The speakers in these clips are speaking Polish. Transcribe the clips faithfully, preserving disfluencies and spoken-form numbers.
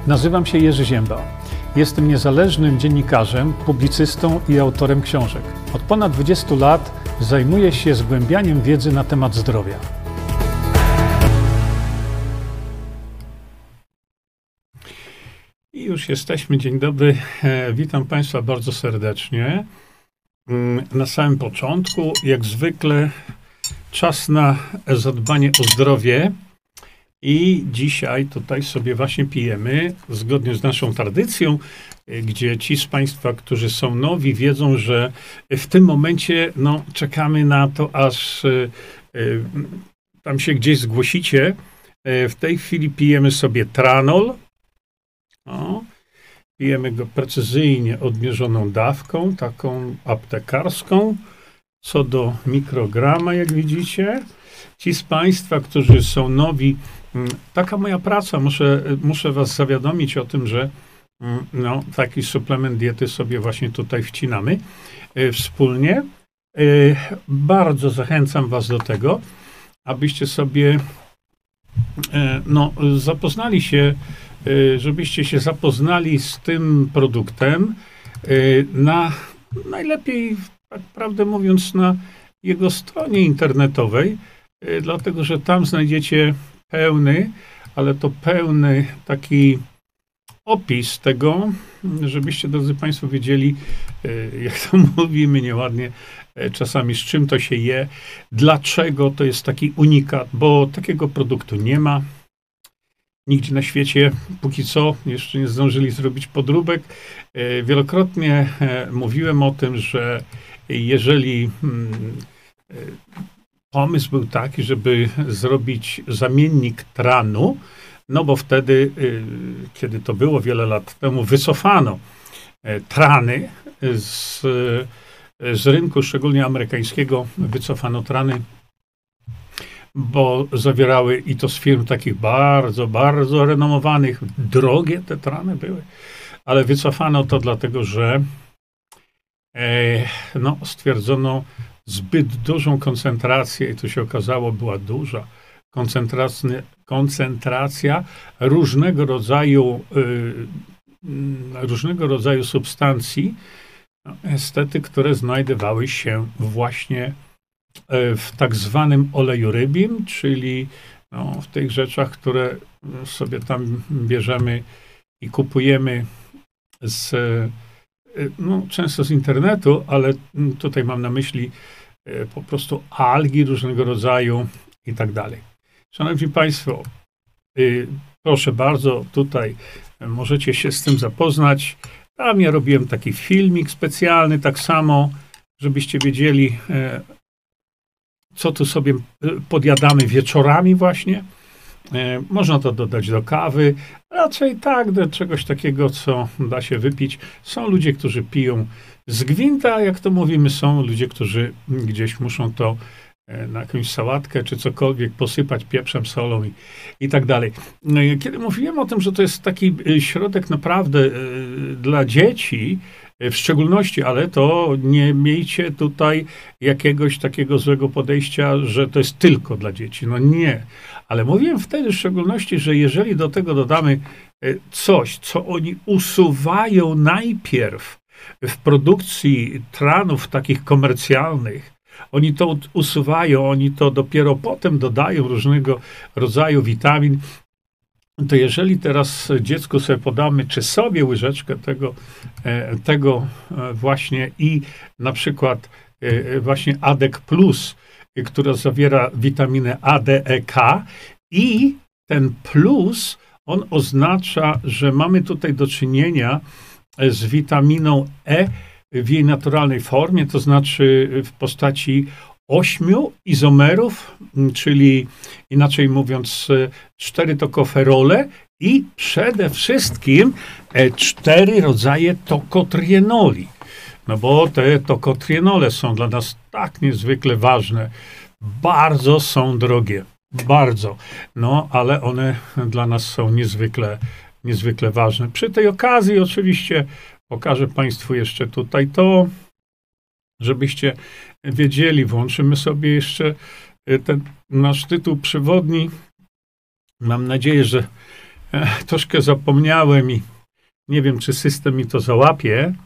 Nazywam się Jerzy Ziemba. Jestem niezależnym dziennikarzem, publicystą i autorem książek. Od ponad dwudziestu lat zajmuję się zgłębianiem wiedzy na temat zdrowia. I już jesteśmy. Dzień dobry. Witam Państwa bardzo serdecznie. Na samym początku, jak zwykle, czas na zadbanie o zdrowie. I dzisiaj tutaj sobie właśnie pijemy, zgodnie z naszą tradycją, gdzie ci z Państwa, którzy są nowi, wiedzą, że w tym momencie no, czekamy na to, aż y, y, tam się gdzieś zgłosicie. W tej chwili pijemy sobie Tranol. O, pijemy go precyzyjnie odmierzoną dawką, taką aptekarską, co do mikrograma, jak widzicie. Ci z Państwa, którzy są nowi, taka moja praca, muszę, muszę was zawiadomić o tym, że no, taki suplement diety sobie właśnie tutaj wcinamy y, wspólnie. Y, bardzo zachęcam was do tego, abyście sobie y, no, zapoznali się, y, żebyście się zapoznali z tym produktem y, na, najlepiej, tak prawdę mówiąc, na jego stronie internetowej, y, dlatego, że tam znajdziecie pełny, ale to pełny taki opis tego, żebyście, drodzy Państwo, wiedzieli, jak to mówimy nieładnie, czasami z czym to się je, dlaczego to jest taki unikat, bo takiego produktu nie ma. Nigdzie na świecie, póki co, jeszcze nie zdążyli zrobić podróbek. Wielokrotnie mówiłem o tym, że jeżeli pomysł był taki, żeby zrobić zamiennik tranu, no bo wtedy, kiedy to było wiele lat temu, wycofano trany z, z rynku, szczególnie amerykańskiego, wycofano trany, bo zawierały, i to z firm takich bardzo, bardzo renomowanych, drogie te trany były, ale wycofano to dlatego, że no, stwierdzono zbyt dużą koncentrację, i to się okazało, była duża koncentracja, koncentracja różnego rodzaju, y, różnego rodzaju substancji, no, niestety, które znajdowały się właśnie w tak zwanym oleju rybim, czyli no, w tych rzeczach, które sobie tam bierzemy i kupujemy z, no, często z internetu, ale tutaj mam na myśli po prostu algi różnego rodzaju i tak dalej. Szanowni Państwo, proszę bardzo, tutaj możecie się z tym zapoznać. Tam ja robiłem taki filmik specjalny, tak samo, żebyście wiedzieli, co tu sobie podjadamy wieczorami właśnie. Można to dodać do kawy, raczej tak, do czegoś takiego, co da się wypić. Są ludzie, którzy piją z gwinta, jak to mówimy, są ludzie, którzy gdzieś muszą to na jakąś sałatkę czy cokolwiek posypać pieprzem, solą i, i tak dalej. Kiedy mówiłem o tym, że to jest taki środek naprawdę dla dzieci, w szczególności, ale to nie miejcie tutaj jakiegoś takiego złego podejścia, że to jest tylko dla dzieci. No nie. Ale mówiłem wtedy w szczególności, że jeżeli do tego dodamy coś, co oni usuwają najpierw w produkcji tranów takich komercjalnych, oni to usuwają, oni to dopiero potem dodają różnego rodzaju witamin, to jeżeli teraz dziecku sobie podamy, czy sobie łyżeczkę tego, tego właśnie i na przykład właśnie Adek Plus, która zawiera witaminę A, D, E, K, i ten plus, on oznacza, że mamy tutaj do czynienia z witaminą E w jej naturalnej formie, to znaczy w postaci ośmiu izomerów, czyli inaczej mówiąc cztery tokoferole i przede wszystkim cztery rodzaje tokotrienoli. No bo te tokotrienole są dla nas tak niezwykle ważne. Bardzo są drogie. Bardzo. No, ale one dla nas są niezwykle, niezwykle ważne. Przy tej okazji oczywiście pokażę Państwu jeszcze tutaj to, żebyście wiedzieli, włączymy sobie jeszcze ten nasz tytuł przewodni. Mam nadzieję, że troszkę zapomniałem i nie wiem, czy system mi to załapie.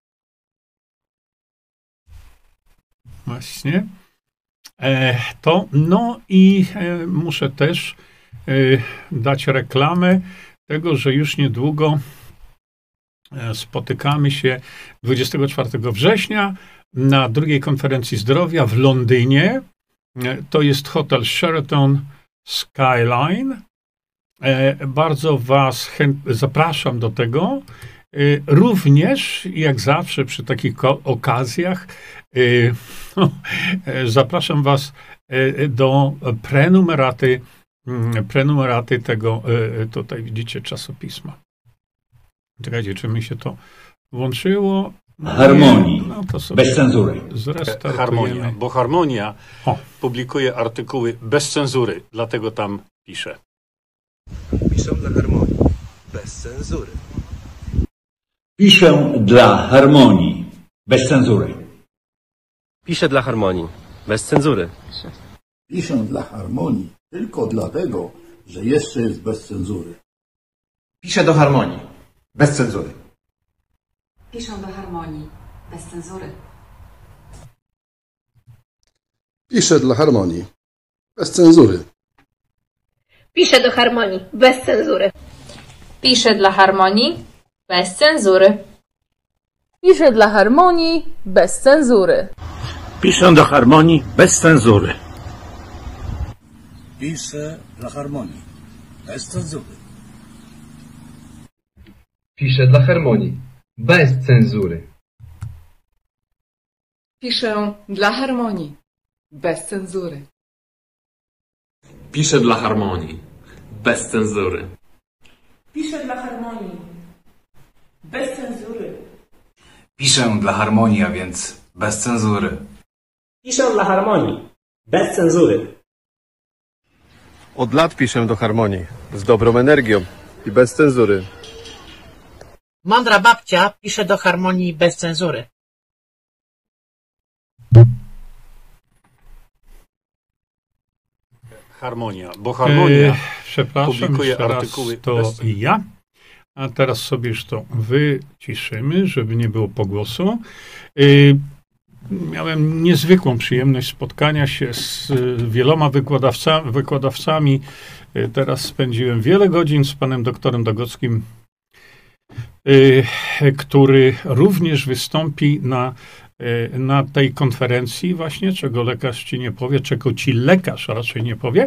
Właśnie. E, to, no i e, muszę też e, dać reklamę tego, że już niedługo e, spotykamy się dwudziestego czwartego września na drugiej konferencji zdrowia w Londynie. E, to jest hotel Sheraton Skyline. E, bardzo was chęt- zapraszam do tego. E, również, jak zawsze przy takich ko- okazjach, e, no, e, zapraszam was e, do prenumeraty, mm, prenumeraty tego, e, tutaj widzicie, czasopisma. Czekajcie, czy mi się to włączyło? Harmonii, no to sobie bez cenzury. zrestartujemy. Harmonia, bo Harmonia O. publikuje artykuły bez cenzury, dlatego tam pisze. Piszę dla Harmonii, bez cenzury. Piszę dla Harmonii, bez cenzury. Piszę dla Harmonii, bez cenzury. Piszę dla Harmonii tylko dlatego, że jeszcze jest bez cenzury. Piszę do Harmonii, bez cenzury. Piszę do Harmonii, bez cenzury. Piszę dla Harmonii, bez cenzury. Piszę do Harmonii, bez cenzury. Piszę dla Harmonii, bez cenzury. Piszę dla Harmonii, bez cenzury. Piszę do Harmonii, bez cenzury. Piszę dla Harmonii, bez cenzury. Piszę dla Harmonii, bez cenzury. Piszę dla Harmonii, bez cenzury. Piszę dla Harmonii, bez cenzury. Piszę dla Harmonii, bez cenzury. Piszę dla Harmonii, a więc bez cenzury. Piszę dla Harmonii, bez cenzury. Od lat piszę do Harmonii, z dobrą energią i bez cenzury. Mądra babcia pisze do Harmonii bez cenzury. Harmonia, bo Harmonia e, przepraszam, publikuje artykuły to bez... ja. A teraz sobie już to wyciszymy, żeby nie było pogłosu. E, miałem niezwykłą przyjemność spotkania się z wieloma wykładowcami. wykładowcami. E, teraz spędziłem wiele godzin z panem doktorem Dogockim, e, który również wystąpi na na tej konferencji właśnie, czego lekarz ci nie powie, czego ci lekarz raczej nie powie.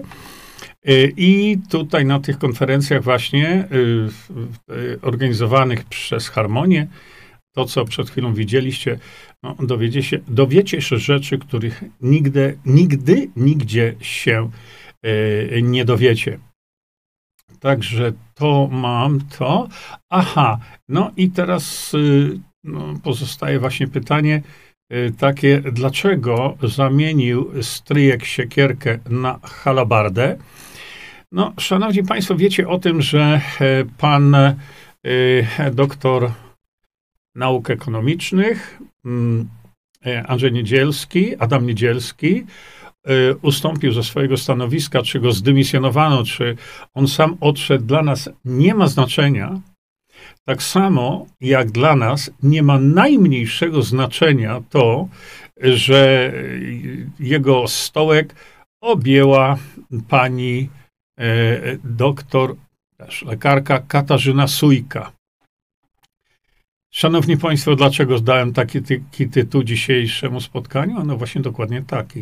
I tutaj na tych konferencjach właśnie organizowanych przez Harmonię, to co przed chwilą widzieliście, no, dowiecie się, dowiecie się rzeczy, których nigdy, nigdy, nigdzie się nie dowiecie. Także to mam to. Aha, no i teraz no, pozostaje właśnie pytanie takie, dlaczego zamienił stryjek siekierkę na halabardę? No, szanowni państwo, wiecie o tym, że pan doktor nauk ekonomicznych Andrzej Niedzielski, Adam Niedzielski ustąpił ze swojego stanowiska, czy go zdymisjonowano, czy on sam odszedł, dla nas nie ma znaczenia. Tak samo jak dla nas nie ma najmniejszego znaczenia to, że jego stołek objęła pani e, doktor, też lekarka Katarzyna Sujka. Szanowni państwo, dlaczego dałem taki, taki tytuł dzisiejszemu spotkaniu? No właśnie dokładnie taki.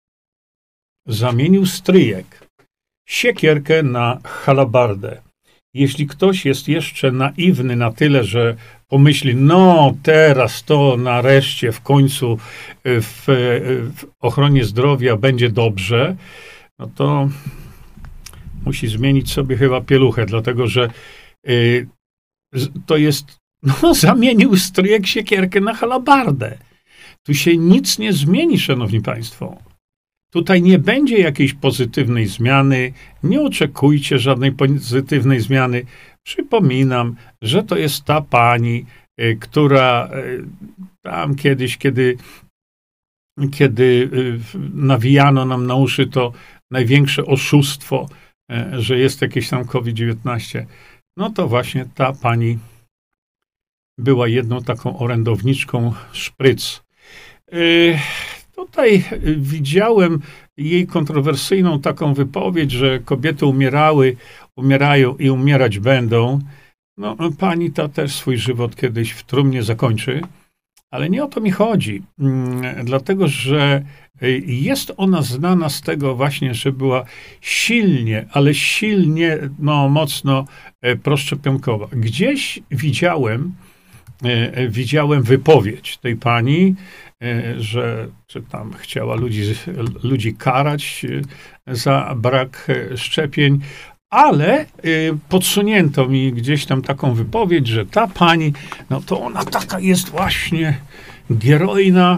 Zamienił stryjek, siekierkę na halabardę. Jeśli ktoś jest jeszcze naiwny na tyle, że pomyśli, no teraz to nareszcie w końcu w, w ochronie zdrowia będzie dobrze, no to musi zmienić sobie chyba pieluchę, dlatego że y, to jest, no zamienił stryjek siekierkę na halabardę. Tu się nic nie zmieni, szanowni państwo. Tutaj nie będzie jakiejś pozytywnej zmiany, nie oczekujcie żadnej pozytywnej zmiany. Przypominam, że to jest ta pani, y, która y, tam kiedyś, kiedy, kiedy y, nawijano nam na uszy to największe oszustwo, y, że jest jakieś tam COVID dziewiętnaście. no to właśnie ta pani była jedną taką orędowniczką szpryc. Yy, tutaj widziałem jej kontrowersyjną taką wypowiedź, że kobiety umierały, umierają i umierać będą. No, pani ta też swój żywot kiedyś w trumnie zakończy, ale nie o to mi chodzi, dlatego że jest ona znana z tego właśnie, że była silnie, ale silnie, no mocno proszczepionkowa. Gdzieś widziałem, widziałem wypowiedź tej pani, że czy tam chciała ludzi, ludzi karać za brak szczepień, ale podsunięto mi gdzieś tam taką wypowiedź, że ta pani, no to ona taka jest właśnie gierojna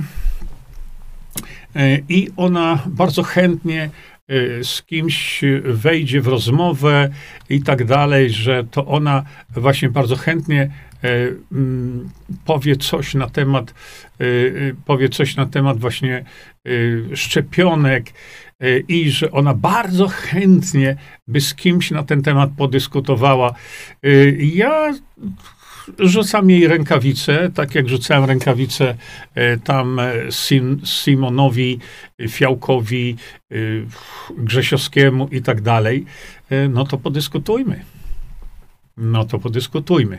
i ona bardzo chętnie z kimś wejdzie w rozmowę i tak dalej, że to ona właśnie bardzo chętnie powie coś na temat, powie coś na temat właśnie szczepionek i że ona bardzo chętnie by z kimś na ten temat podyskutowała. Ja rzucam jej rękawice, tak jak rzucałem rękawice tam Sim, Simonowi, Fiałkowi, Grzesiowskiemu i tak dalej. No to podyskutujmy. No to podyskutujmy.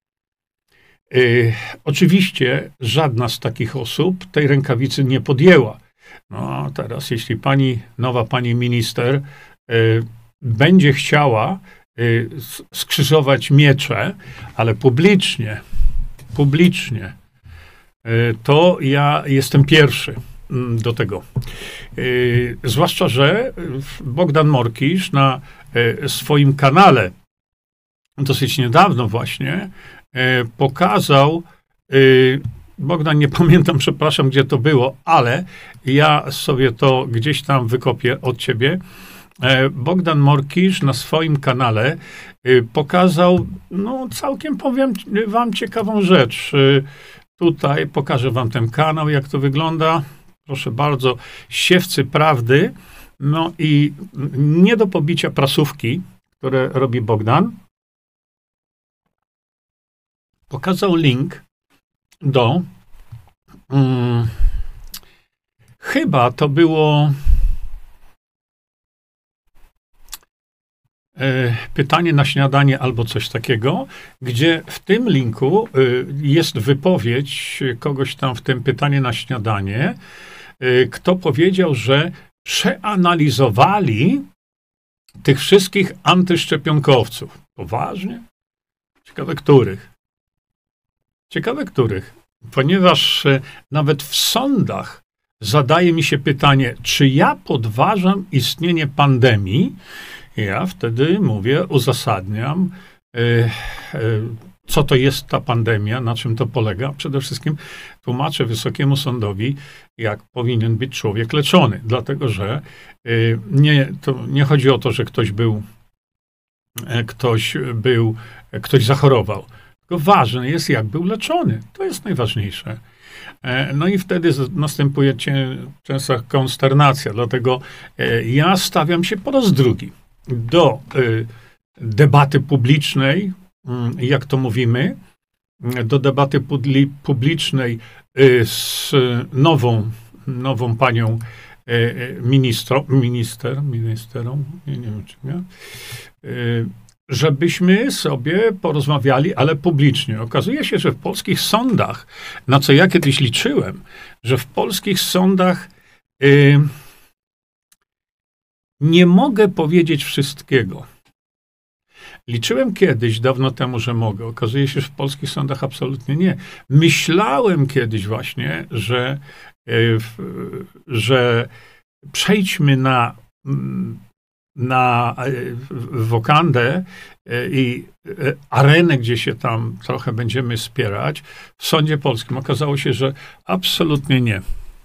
Oczywiście żadna z takich osób tej rękawicy nie podjęła. No teraz, jeśli pani, nowa pani minister będzie chciała skrzyżować miecze, ale publicznie, publicznie, to ja jestem pierwszy do tego. Zwłaszcza, że Bogdan Morkisz na swoim kanale dosyć niedawno właśnie pokazał, Bogdan, nie pamiętam, przepraszam, gdzie to było, ale ja sobie to gdzieś tam wykopię od ciebie. Bogdan Morkisz na swoim kanale pokazał, no całkiem powiem wam ciekawą rzecz. Tutaj pokażę wam ten kanał, jak to wygląda. Proszę bardzo, Siewcy Prawdy. No i nie do pobicia prasówki, które robi Bogdan. Pokazał link do um, chyba to było e, pytanie na śniadanie albo coś takiego, gdzie w tym linku e, jest wypowiedź kogoś tam w tym pytanie na śniadanie, e, kto powiedział, że przeanalizowali tych wszystkich antyszczepionkowców. Poważnie? Ciekawe których. Ciekawe których, ponieważ nawet w sądach zadaje mi się pytanie, czy ja podważam istnienie pandemii. Ja wtedy mówię, uzasadniam, co to jest ta pandemia, na czym to polega. Przede wszystkim tłumaczę Wysokiemu Sądowi, jak powinien być człowiek leczony. Dlatego, że nie, to nie chodzi o to, że ktoś był, ktoś był, ktoś zachorował. Tylko ważne jest, jak był leczony. To jest najważniejsze. No i wtedy następuje częsta konsternacja. Dlatego ja stawiam się po raz drugi do debaty publicznej, jak to mówimy, do debaty publicznej z nową, nową panią ministro, minister, ministerą, nie, nie wiem, czy nie, żebyśmy sobie porozmawiali, ale publicznie. Okazuje się, że w polskich sądach, na co ja kiedyś liczyłem, że w polskich sądach y, nie mogę powiedzieć wszystkiego. Liczyłem kiedyś, dawno temu, że mogę. Okazuje się, że w polskich sądach absolutnie nie. Myślałem kiedyś właśnie, że, y, że przejdźmy na na wokandę i arenę, gdzie się tam trochę będziemy spierać, w sądzie polskim. Okazało się, że absolutnie nie.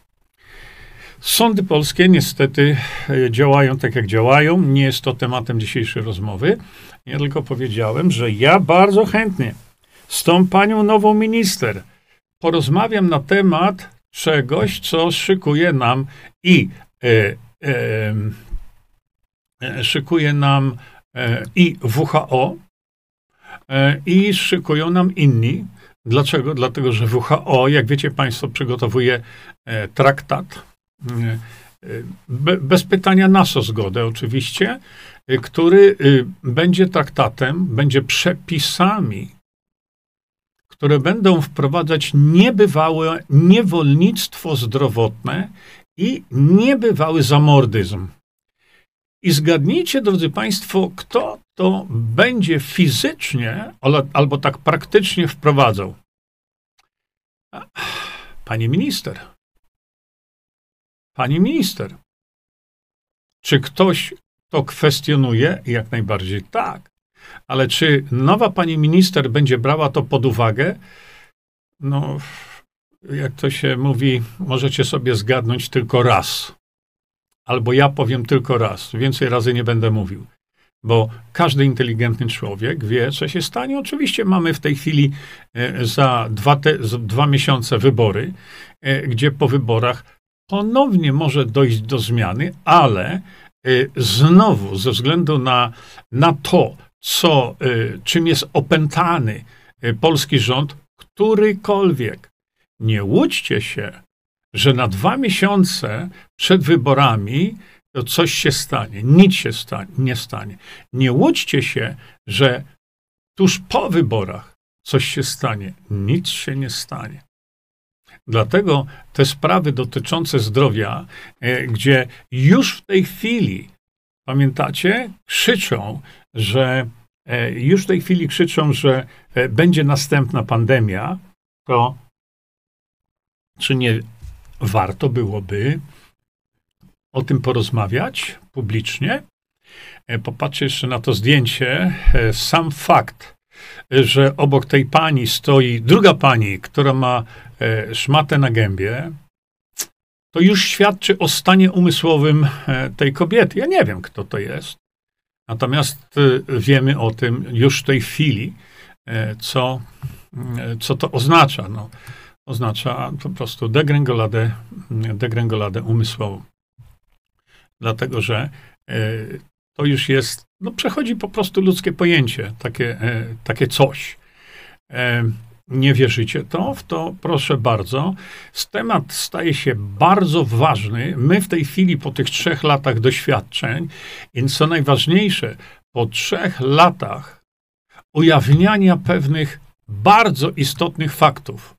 Sądy polskie niestety działają tak, jak działają. Nie jest to tematem dzisiejszej rozmowy. Ja tylko powiedziałem, że ja bardzo chętnie z tą panią nową minister porozmawiam na temat czegoś, co szykuje nam i e, e, szykuje nam i W H O, i szykują nam inni. Dlaczego? Dlatego, że W H O, jak wiecie Państwo, przygotowuje traktat, bez pytania nas o zgodę oczywiście, który będzie traktatem, będzie przepisami, które będą wprowadzać niebywałe niewolnictwo zdrowotne i niebywały zamordyzm. I zgadnijcie, drodzy Państwo, kto to będzie fizycznie albo tak praktycznie wprowadzał. Pani minister. Pani minister. Czy ktoś to kwestionuje? Jak najbardziej tak. Ale czy nowa pani minister będzie brała to pod uwagę? No, jak to się mówi, możecie sobie zgadnąć tylko raz. Albo ja powiem tylko raz. Więcej razy nie będę mówił. Bo każdy inteligentny człowiek wie, co się stanie. Oczywiście mamy w tej chwili za dwa, te, za dwa miesiące wybory, gdzie po wyborach ponownie może dojść do zmiany, ale znowu ze względu na, na to, co, czym jest opętany polski rząd, którykolwiek. Nie łudźcie się, że na dwa miesiące przed wyborami to coś się stanie. Nic się stanie, nie stanie. Nie łudźcie się, że tuż po wyborach coś się stanie. Nic się nie stanie. Dlatego te sprawy dotyczące zdrowia, gdzie już w tej chwili, pamiętacie, krzyczą, że już w tej chwili krzyczą, że będzie następna pandemia, to czy nie warto byłoby o tym porozmawiać publicznie? Popatrzcie jeszcze na to zdjęcie. Sam fakt, że obok tej pani stoi druga pani, która ma szmatę na gębie, to już świadczy o stanie umysłowym tej kobiety. Ja nie wiem, kto to jest. Natomiast wiemy o tym już w tej chwili, co, co to oznacza. No, oznacza po prostu degrengoladę, degrengoladę umysłową. Dlatego, że to już jest, no przechodzi po prostu ludzkie pojęcie, takie, takie coś. Nie wierzycie to? W to proszę bardzo. Temat staje się bardzo ważny. My w tej chwili po tych trzech latach doświadczeń i co najważniejsze, po trzech latach ujawniania pewnych bardzo istotnych faktów.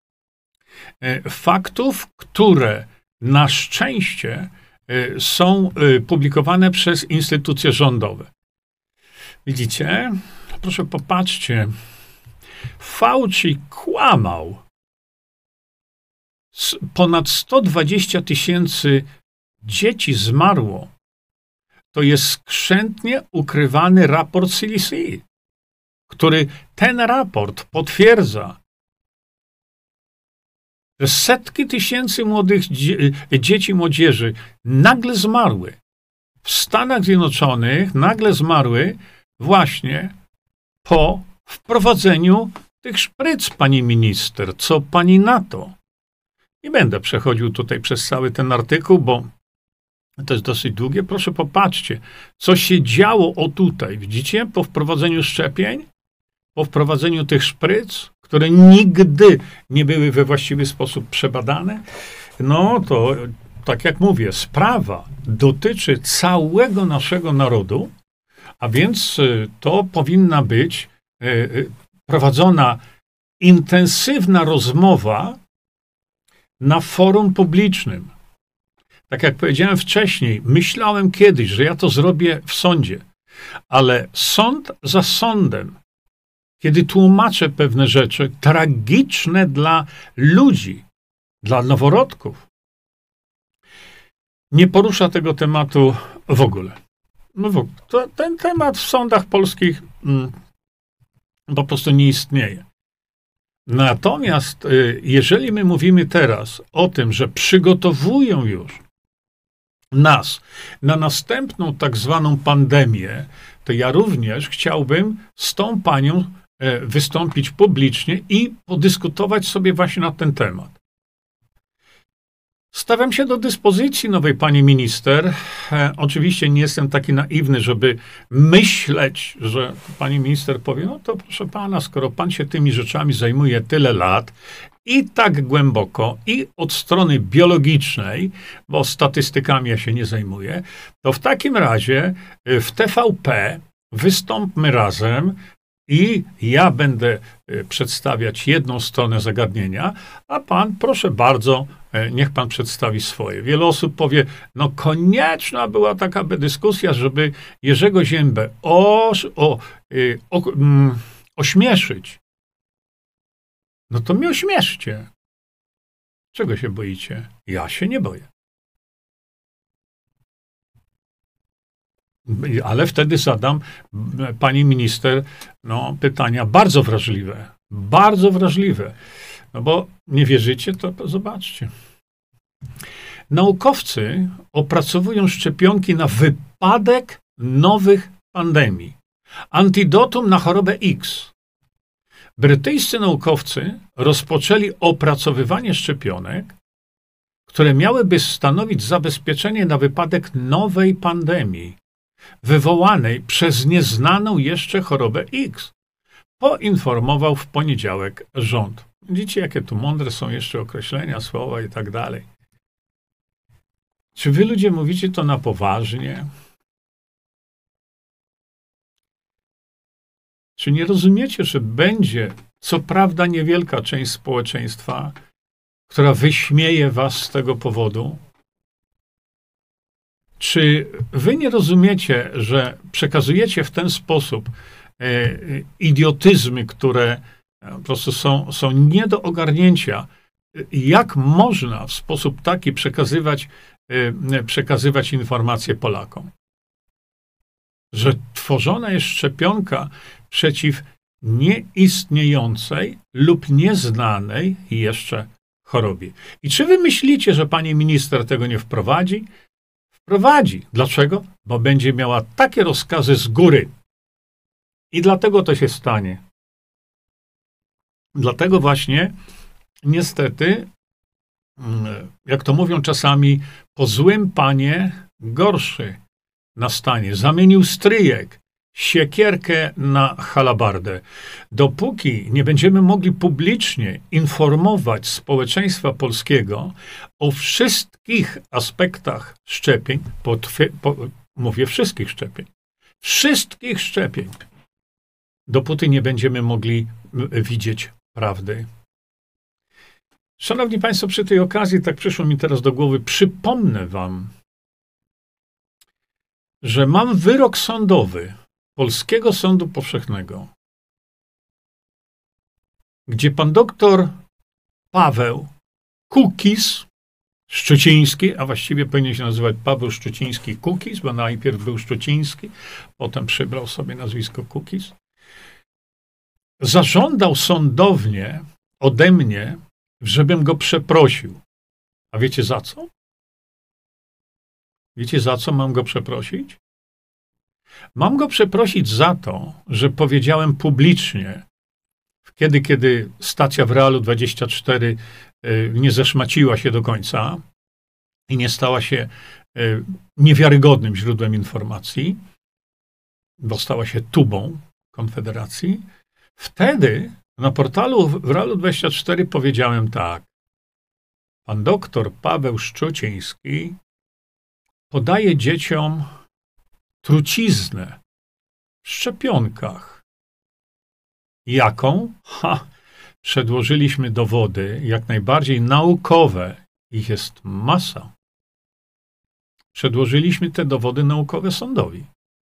Faktów, które na szczęście są publikowane przez instytucje rządowe. Widzicie? Proszę popatrzcie. Fauci kłamał. Ponad sto dwadzieścia tysięcy dzieci zmarło. To jest skrzętnie ukrywany raport C D C, który ten raport potwierdza, że setki tysięcy młodych dzie dzieci, młodzieży nagle zmarły. W Stanach Zjednoczonych nagle zmarły właśnie po wprowadzeniu tych szpryc, pani minister. Co pani na to? Nie będę przechodził tutaj przez cały ten artykuł, bo to jest dosyć długie. Proszę popatrzcie, co się działo o tutaj. Widzicie? Po wprowadzeniu szczepień, po wprowadzeniu tych szpryc, które nigdy nie były we właściwy sposób przebadane, no to, tak jak mówię, sprawa dotyczy całego naszego narodu, a więc to powinna być prowadzona intensywna rozmowa na forum publicznym. Tak jak powiedziałem wcześniej, myślałem kiedyś, że ja to zrobię w sądzie, ale sąd za sądem, kiedy tłumaczę pewne rzeczy tragiczne dla ludzi, dla noworodków, nie porusza tego tematu w ogóle. No w ogóle. To, ten temat w sądach polskich mm, po prostu nie istnieje. Natomiast jeżeli my mówimy teraz o tym, że przygotowują już nas na następną tak zwaną pandemię, to ja również chciałbym z tą panią wystąpić publicznie i podyskutować sobie właśnie na ten temat. Stawiam się do dyspozycji nowej pani minister. E, oczywiście nie jestem taki naiwny, żeby myśleć, że pani minister powie, no to proszę pana, skoro pan się tymi rzeczami zajmuje tyle lat i tak głęboko, i od strony biologicznej, bo statystykami ja się nie zajmuję, to w takim razie w T V P wystąpmy razem i ja będę przedstawiać jedną stronę zagadnienia, a pan, proszę bardzo, niech pan przedstawi swoje. Wiele osób powie, no konieczna była taka dyskusja, żeby Jerzego Ziębę o, o, o, um, ośmieszyć. No to mnie ośmieszcie. Czego się boicie? Ja się nie boję. Ale wtedy zadam pani minister no, pytania bardzo wrażliwe. Bardzo wrażliwe. No bo nie wierzycie, to, to zobaczcie. Naukowcy opracowują szczepionki na wypadek nowych pandemii. Antidotum na chorobę X. Brytyjscy naukowcy rozpoczęli opracowywanie szczepionek, które miałyby stanowić zabezpieczenie na wypadek nowej pandemii, wywołanej przez nieznaną jeszcze chorobę X, poinformował w poniedziałek rząd. Widzicie, jakie tu mądre są jeszcze określenia, słowa i tak dalej. Czy wy ludzie mówicie to na poważnie? Czy nie rozumiecie, że będzie, co prawda niewielka część społeczeństwa, która wyśmieje was z tego powodu? Czy wy nie rozumiecie, że przekazujecie w ten sposób e, idiotyzmy, które po prostu są, są nie do ogarnięcia? Jak można w sposób taki przekazywać, e, przekazywać informacje Polakom? Że tworzona jest szczepionka przeciw nieistniejącej lub nieznanej jeszcze chorobie. I czy wy myślicie, że pani minister tego nie wprowadzi? Wprowadzi. Dlaczego? Bo będzie miała takie rozkazy z góry. I dlatego to się stanie. Dlatego właśnie niestety, jak to mówią czasami, po złym panie gorszy nastanie. Zamienił stryjek, siekierkę na halabardę. Dopóki nie będziemy mogli publicznie informować społeczeństwa polskiego o wszystkich aspektach szczepień, po, po, mówię wszystkich szczepień, wszystkich szczepień, dopóty nie będziemy mogli widzieć prawdy. Szanowni Państwo, przy tej okazji, tak przyszło mi teraz do głowy, przypomnę wam, że mam wyrok sądowy Polskiego Sądu Powszechnego, gdzie pan doktor Paweł Kukiz Szczuciński, a właściwie powinien się nazywać Paweł Szczuciński Kukiz, bo najpierw był Szczuciński, potem przybrał sobie nazwisko Kukiz, zażądał sądownie ode mnie, żebym go przeprosił. A wiecie za co? Wiecie, za co mam go przeprosić? Mam go przeprosić za to, że powiedziałem publicznie, kiedy, kiedy stacja w Realu dwadzieścia cztery nie zeszmaciła się do końca i nie stała się niewiarygodnym źródłem informacji, bo stała się tubą Konfederacji, wtedy na portalu w Realu dwadzieścia cztery powiedziałem tak. Pan doktor Paweł Szczuciński podaje dzieciom truciznę w szczepionkach. Jaką? Ha! Przedłożyliśmy dowody, jak najbardziej naukowe. Ich jest masa. Przedłożyliśmy te dowody naukowe sądowi.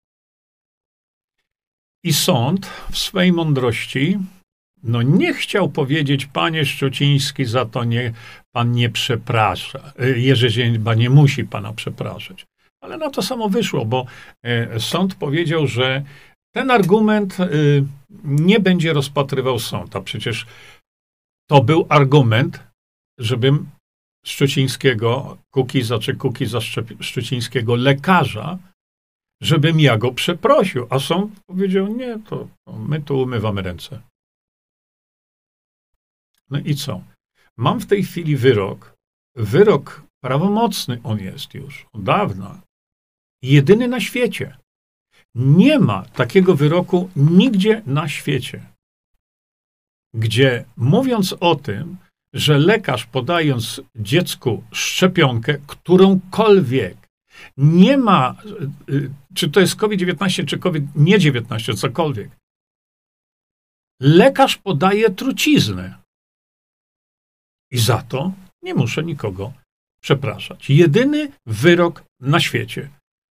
I sąd w swej mądrości no nie chciał powiedzieć, panie Szczuciński, za to nie, pan nie przeprasza. Jerzy Zięba nie musi pana przepraszać. Ale na to samo wyszło, bo sąd powiedział, że ten argument nie będzie rozpatrywał sąd. A przecież to był argument, żebym Szczucińskiego, Kukiza czy Kukiza Szczucińskiego lekarza, żebym ja go przeprosił. A sąd powiedział, nie, to, to my tu umywamy ręce. No i co? Mam w tej chwili wyrok wyrok prawomocny, on jest już od dawna. Jedyny na świecie. Nie ma takiego wyroku nigdzie na świecie, gdzie mówiąc o tym, że lekarz podając dziecku szczepionkę, którąkolwiek, nie ma, czy to jest COVID dziewiętnaście, czy COVID nie dziewiętnaście, cokolwiek, lekarz podaje truciznę. I za to nie muszę nikogo przepraszać. Jedyny wyrok na świecie.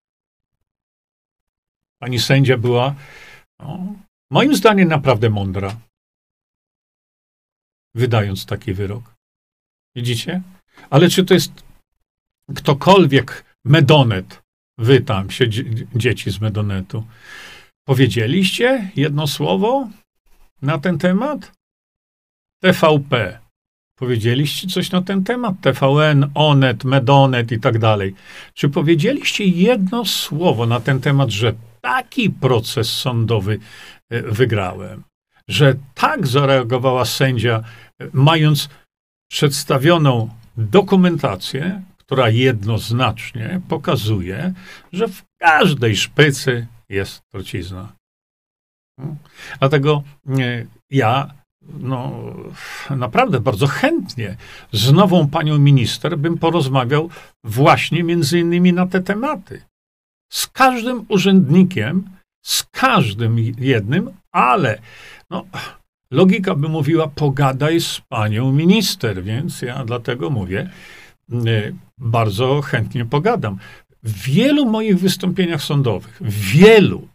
Pani sędzia była, no, moim zdaniem, naprawdę mądra, wydając taki wyrok. Widzicie? Ale czy to jest ktokolwiek, Medonet, wy tam, się, dzieci z Medonetu, powiedzieliście jedno słowo na ten temat? T V P. Powiedzieliście coś na ten temat? T V N, Onet, Medonet i tak dalej. Czy powiedzieliście jedno słowo na ten temat, że taki proces sądowy wygrałem? Że tak zareagowała sędzia, mając przedstawioną dokumentację, która jednoznacznie pokazuje, że w każdej szpycy jest trucizna. Dlatego ja no, naprawdę bardzo chętnie z nową panią minister bym porozmawiał właśnie między innymi na te tematy. Z każdym urzędnikiem, z każdym jednym, ale no, logika by mówiła, pogadaj z panią minister, więc ja dlatego mówię, bardzo chętnie pogadam. W wielu moich wystąpieniach sądowych, w wielu,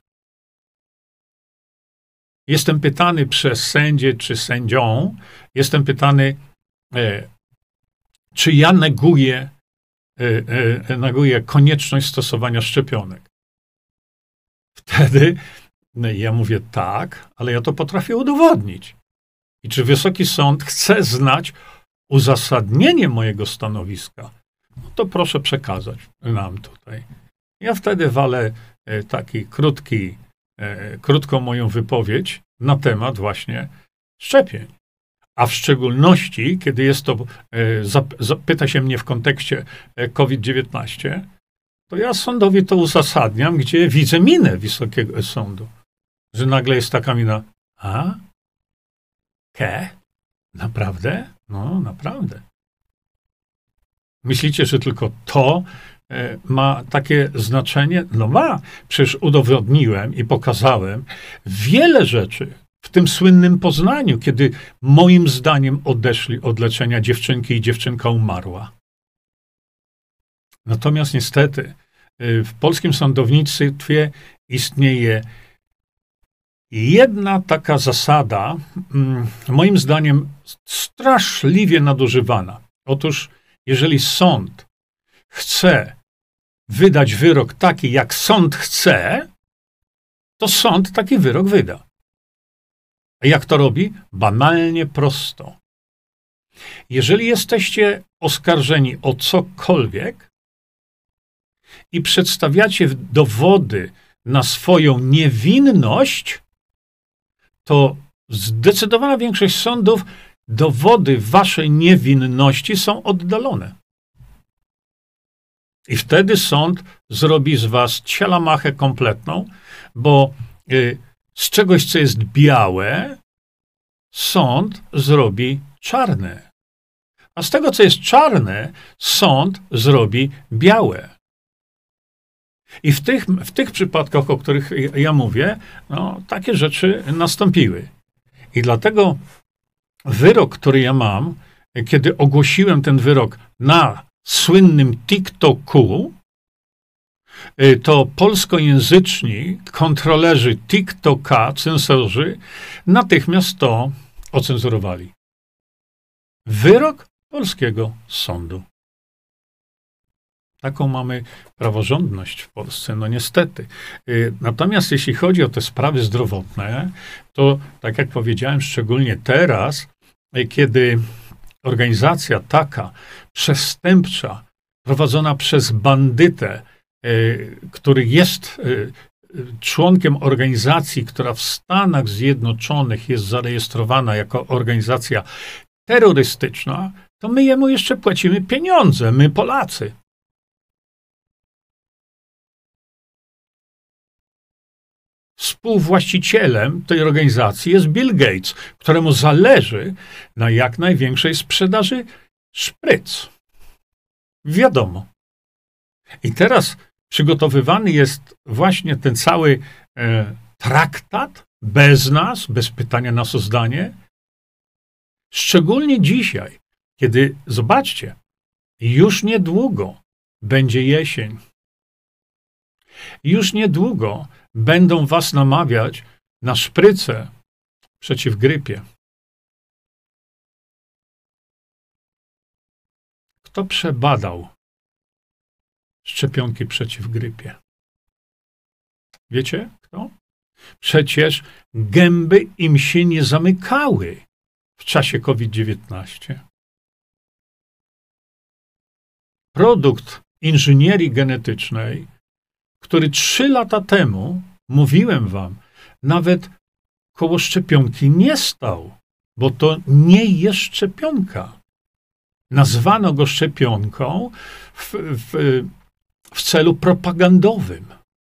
jestem pytany przez sędzię czy sędzią, jestem pytany, e, czy ja neguję, e, e, neguję konieczność stosowania szczepionek. Wtedy ja mówię tak, ale ja to potrafię udowodnić. I czy Wysoki Sąd chce znać uzasadnienie mojego stanowiska, no to proszę przekazać nam tutaj. Ja wtedy walę taki krótki, krótką moją wypowiedź na temat właśnie szczepień. A w szczególności, kiedy jest to, zapyta się mnie w kontekście COVID dziewiętnaście, to ja sądowi to uzasadniam, gdzie widzę minę Wysokiego Sądu. Że nagle jest taka mina, a? Ke? Naprawdę? No, naprawdę. Myślicie, że tylko to e, ma takie znaczenie? No ma. Przecież udowodniłem i pokazałem wiele rzeczy w tym słynnym Poznaniu, kiedy moim zdaniem odeszli od leczenia dziewczynki i dziewczynka umarła. Natomiast niestety e, w polskim sądownictwie istnieje jedna taka zasada, moim zdaniem straszliwie nadużywana. Otóż, jeżeli sąd chce wydać wyrok taki, jak sąd chce, to sąd taki wyrok wyda. A jak to robi? Banalnie prosto. Jeżeli jesteście oskarżeni o cokolwiek i przedstawiacie dowody na swoją niewinność, to zdecydowana większość sądów dowody waszej niewinności są oddalone. I wtedy sąd zrobi z was cielamachę kompletną, bo y, z czegoś, co jest białe, sąd zrobi czarne. A z tego, co jest czarne, sąd zrobi białe. I w tych, w tych przypadkach, o których ja mówię, no, takie rzeczy nastąpiły. I dlatego wyrok, który ja mam, kiedy ogłosiłem ten wyrok na słynnym TikToku, to polskojęzyczni kontrolerzy TikToka, cenzorzy, natychmiast to ocenzurowali. Wyrok polskiego sądu. Taką mamy praworządność w Polsce, no niestety. Natomiast jeśli chodzi o te sprawy zdrowotne, to tak jak powiedziałem, szczególnie teraz, kiedy organizacja taka przestępcza, prowadzona przez bandytę, który jest członkiem organizacji, która w Stanach Zjednoczonych jest zarejestrowana jako organizacja terrorystyczna, to my jemu jeszcze płacimy pieniądze, my Polacy. Współwłaścicielem tej organizacji jest Bill Gates, któremu zależy na jak największej sprzedaży szpryc. Wiadomo. I teraz przygotowywany jest właśnie ten cały e, traktat bez nas, bez pytania nas o zdanie. Szczególnie dzisiaj, kiedy, zobaczcie, już niedługo będzie jesień. Już niedługo będą was namawiać na szprycę przeciw grypie. Kto przebadał szczepionki przeciw grypie? Wiecie kto? Przecież gęby im się nie zamykały w czasie COVID dziewiętnaście. Produkt inżynierii genetycznej, który trzy lata temu, mówiłem wam, nawet koło szczepionki nie stał, bo to nie jest szczepionka. Nazwano go szczepionką w, w, w celu propagandowym.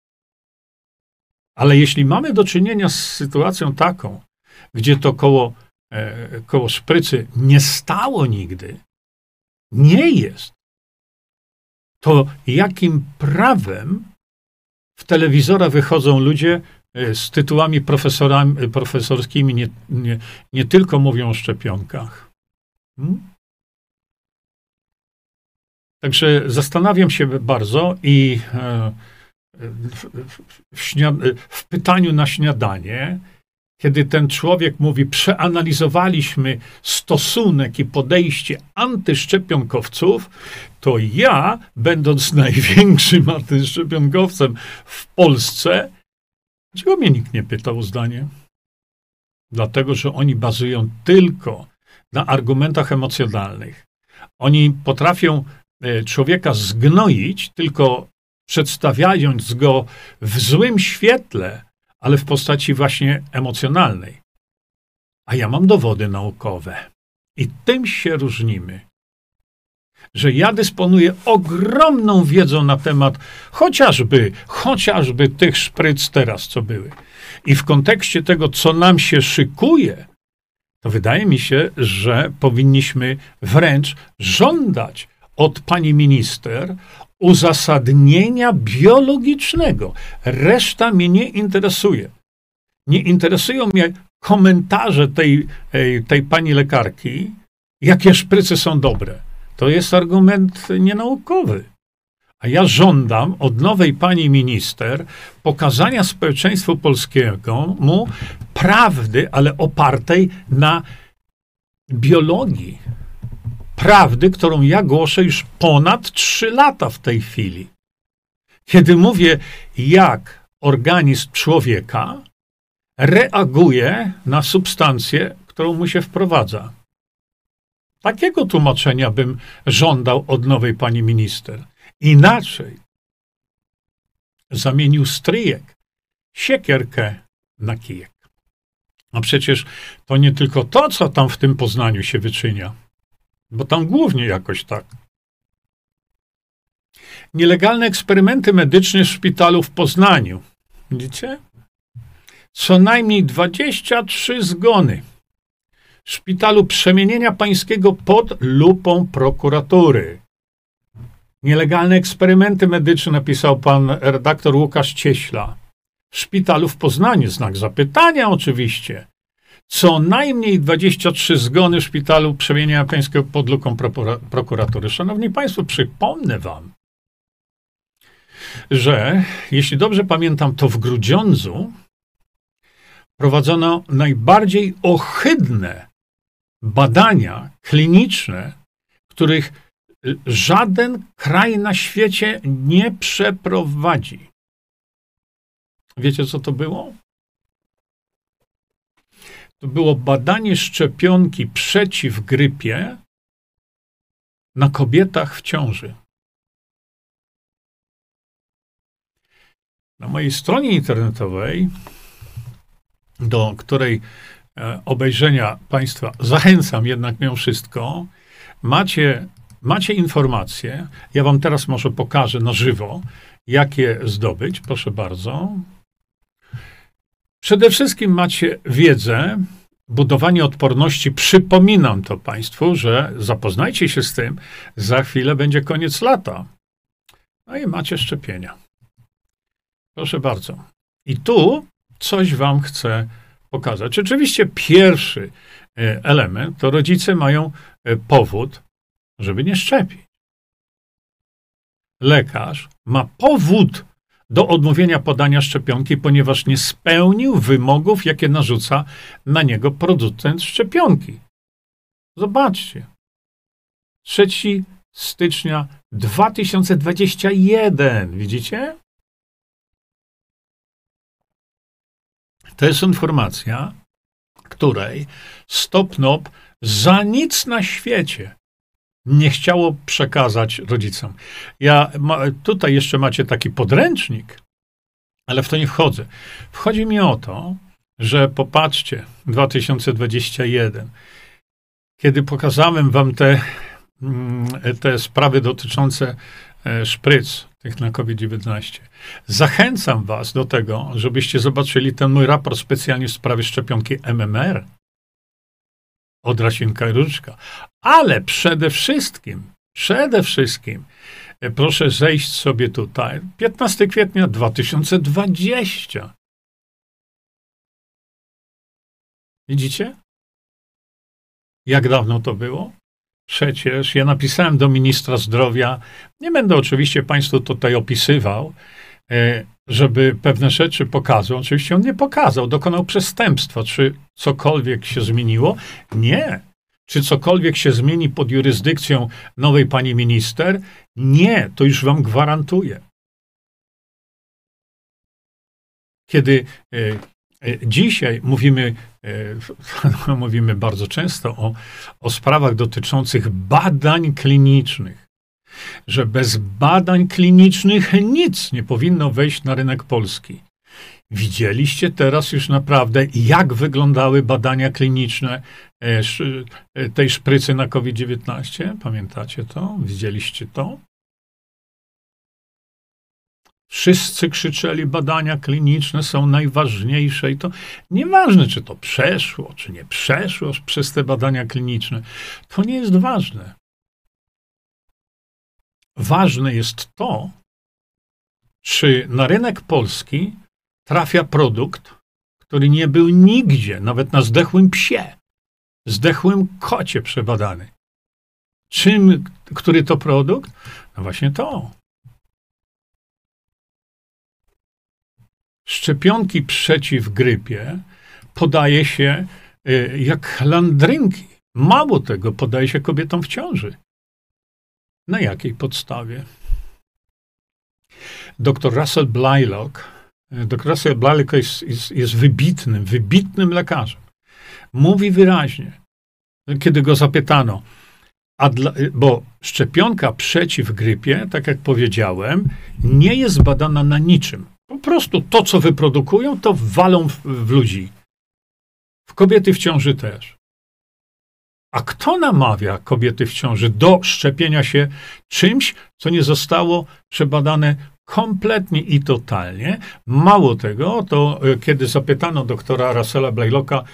Ale jeśli mamy do czynienia z sytuacją taką, gdzie to koło, e, koło szprycy nie stało nigdy, nie jest, to jakim prawem w telewizora wychodzą ludzie z tytułami profesorami, profesorskimi, nie, nie, nie tylko mówią o szczepionkach. Hmm? Także zastanawiam się bardzo i e, w, w, w pytaniu na śniadanie, kiedy ten człowiek mówi, przeanalizowaliśmy stosunek i podejście antyszczepionkowców, to ja, będąc największym antyszczepionkowcem w Polsce, dlaczego mnie nikt nie pytał o zdanie? Dlatego, że oni bazują tylko na argumentach emocjonalnych. Oni potrafią człowieka zgnoić, tylko przedstawiając go w złym świetle, ale w postaci właśnie emocjonalnej. A ja mam dowody naukowe. I tym się różnimy. Że ja dysponuję ogromną wiedzą na temat chociażby, chociażby tych szpryc teraz, co były. I w kontekście tego, co nam się szykuje, to wydaje mi się, że powinniśmy wręcz żądać od pani minister uzasadnienia biologicznego. Reszta mnie nie interesuje. Nie interesują mnie komentarze tej, tej pani lekarki, jakie szprycy są dobre. To jest argument nienaukowy. A ja żądam od nowej pani minister pokazania społeczeństwu polskiemu mu prawdy, ale opartej na biologii. Prawdy, którą ja głoszę już ponad trzy lata w tej chwili. Kiedy mówię, jak organizm człowieka reaguje na substancję, którą mu się wprowadza. Takiego tłumaczenia bym żądał od nowej pani minister. Inaczej zamienił stryjek, siekierkę na kijek. A przecież to nie tylko to, co tam w tym Poznaniu się wyczynia, bo tam głównie jakoś tak. Nielegalne eksperymenty medyczne w szpitalu w Poznaniu. Widzicie? Co najmniej dwadzieścia trzy zgony. W szpitalu Przemienienia Pańskiego pod lupą prokuratury. Nielegalne eksperymenty medyczne, napisał pan redaktor Łukasz Cieśla. W szpitalu w Poznaniu, znak zapytania oczywiście. Co najmniej dwadzieścia trzy zgony w szpitalu Przemienienia Pańskiego pod lupą prokuratury. Szanowni Państwo, przypomnę wam, że jeśli dobrze pamiętam, to w Grudziądzu prowadzono najbardziej ohydne badania kliniczne, których żaden kraj na świecie nie przeprowadzi. Wiecie, co to było? To było badanie szczepionki przeciw grypie na kobietach w ciąży. Na mojej stronie internetowej, do której obejrzenia Państwa zachęcam jednak mimo wszystko, macie, macie informacje. Ja wam teraz może pokażę na żywo, jak je zdobyć. Proszę bardzo. Przede wszystkim macie wiedzę, budowanie odporności. Przypominam to Państwu, że zapoznajcie się z tym. Za chwilę będzie koniec lata. No i macie szczepienia. Proszę bardzo. I tu coś wam chcę pokazać. Oczywiście pierwszy element to rodzice mają powód, żeby nie szczepić. Lekarz ma powód do odmówienia podania szczepionki, ponieważ nie spełnił wymogów, jakie narzuca na niego producent szczepionki. Zobaczcie. trzeciego stycznia dwa tysiące dwudziestego pierwszego. Widzicie? To jest informacja, której Stopnop za nic na świecie nie chciało przekazać rodzicom. Ja, ma, tutaj jeszcze macie taki podręcznik, ale w to nie wchodzę. Wchodzi mi o to, że popatrzcie, dwa tysiące dwudziesty pierwszy, kiedy pokazałem wam te, te sprawy dotyczące szpryc tych na COVID dziewiętnaście. Zachęcam was do tego, żebyście zobaczyli ten mój raport specjalnie w sprawie szczepionki M M R. Odra, świnka i różdżka. Ale przede wszystkim, przede wszystkim, proszę zejść sobie tutaj, piętnastego kwietnia dwa tysiące dwudziestego. Widzicie? Jak dawno to było? Przecież ja napisałem do ministra zdrowia, nie będę oczywiście Państwu tutaj opisywał, żeby pewne rzeczy pokazał. Oczywiście on nie pokazał, dokonał przestępstwa. Czy cokolwiek się zmieniło? Nie. Czy cokolwiek się zmieni pod jurysdykcją nowej pani minister? Nie, to już wam gwarantuję. Kiedy e, e, dzisiaj mówimy, e, mówimy bardzo często o, o sprawach dotyczących badań klinicznych, że bez badań klinicznych nic nie powinno wejść na rynek polski. Widzieliście teraz już naprawdę, jak wyglądały badania kliniczne tej szprycy na COVID dziewiętnaście? Pamiętacie to? Widzieliście to? Wszyscy krzyczeli, badania kliniczne są najważniejsze i to nieważne, czy to przeszło, czy nie przeszło przez te badania kliniczne. To nie jest ważne. Ważne jest to, czy na rynek polski trafia produkt, który nie był nigdzie, nawet na zdechłym psie, zdechłym kocie przebadany. Czym, który to produkt? No właśnie to. Szczepionki przeciw grypie podaje się y, jak landrynki. Mało tego, podaje się kobietom w ciąży. Na jakiej podstawie? Doktor Russell Blaylock, doktor Russell Blaylock jest, jest, jest wybitnym, wybitnym lekarzem. Mówi wyraźnie, kiedy go zapytano, a dla, bo szczepionka przeciw grypie, tak jak powiedziałem, nie jest badana na niczym. Po prostu to, co wyprodukują, to walą w, w ludzi. W kobiety w ciąży też. A kto namawia kobiety w ciąży do szczepienia się czymś, co nie zostało przebadane kompletnie i totalnie? Mało tego, to kiedy zapytano doktora Russella Blaylocka,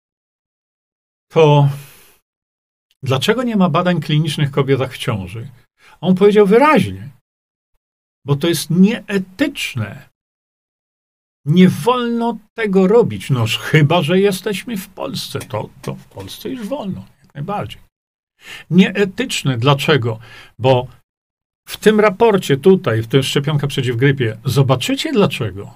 to dlaczego nie ma badań klinicznych w kobietach w ciąży? On powiedział wyraźnie, bo to jest nieetyczne. Nie wolno tego robić. No chyba, że jesteśmy w Polsce. To, to w Polsce już wolno. Najbardziej. Nieetyczne. Dlaczego? Bo w tym raporcie tutaj, w tym szczepionka przeciw grypie, zobaczycie dlaczego.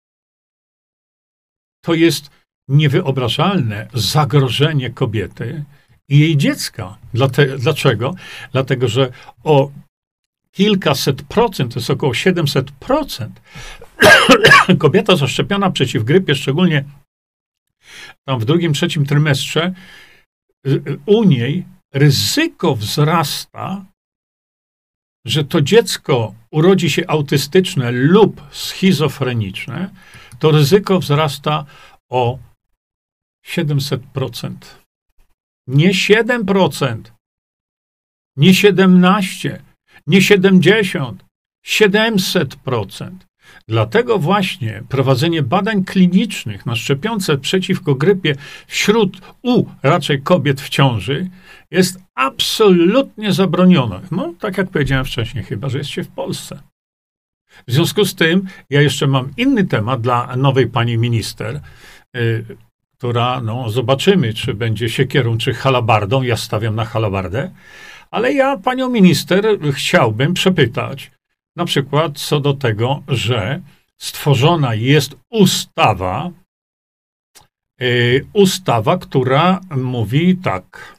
To jest niewyobrażalne zagrożenie kobiety i jej dziecka. Dlate, dlaczego? Dlatego, że o kilkaset procent, to jest około siedemset procent, kobieta zaszczepiona przeciw grypie, szczególnie tam w drugim, trzecim trymestrze, u niej ryzyko wzrasta, że to dziecko urodzi się autystyczne lub schizofreniczne, to ryzyko wzrasta o siedemset procent. Nie siedem procent, Nie siedemnaście, nie siedemdziesiąt, siedemset procent. Dlatego właśnie prowadzenie badań klinicznych na szczepionce przeciwko grypie wśród u raczej kobiet w ciąży jest absolutnie zabronione. No, tak jak powiedziałem wcześniej, chyba że jest się w Polsce. W związku z tym ja jeszcze mam inny temat dla nowej pani minister, yy, która, no zobaczymy, czy będzie siekierą, czy halabardą. Ja stawiam na halabardę. Ale ja panią minister chciałbym przepytać, na przykład co do tego, że stworzona jest ustawa, yy, ustawa, która mówi tak.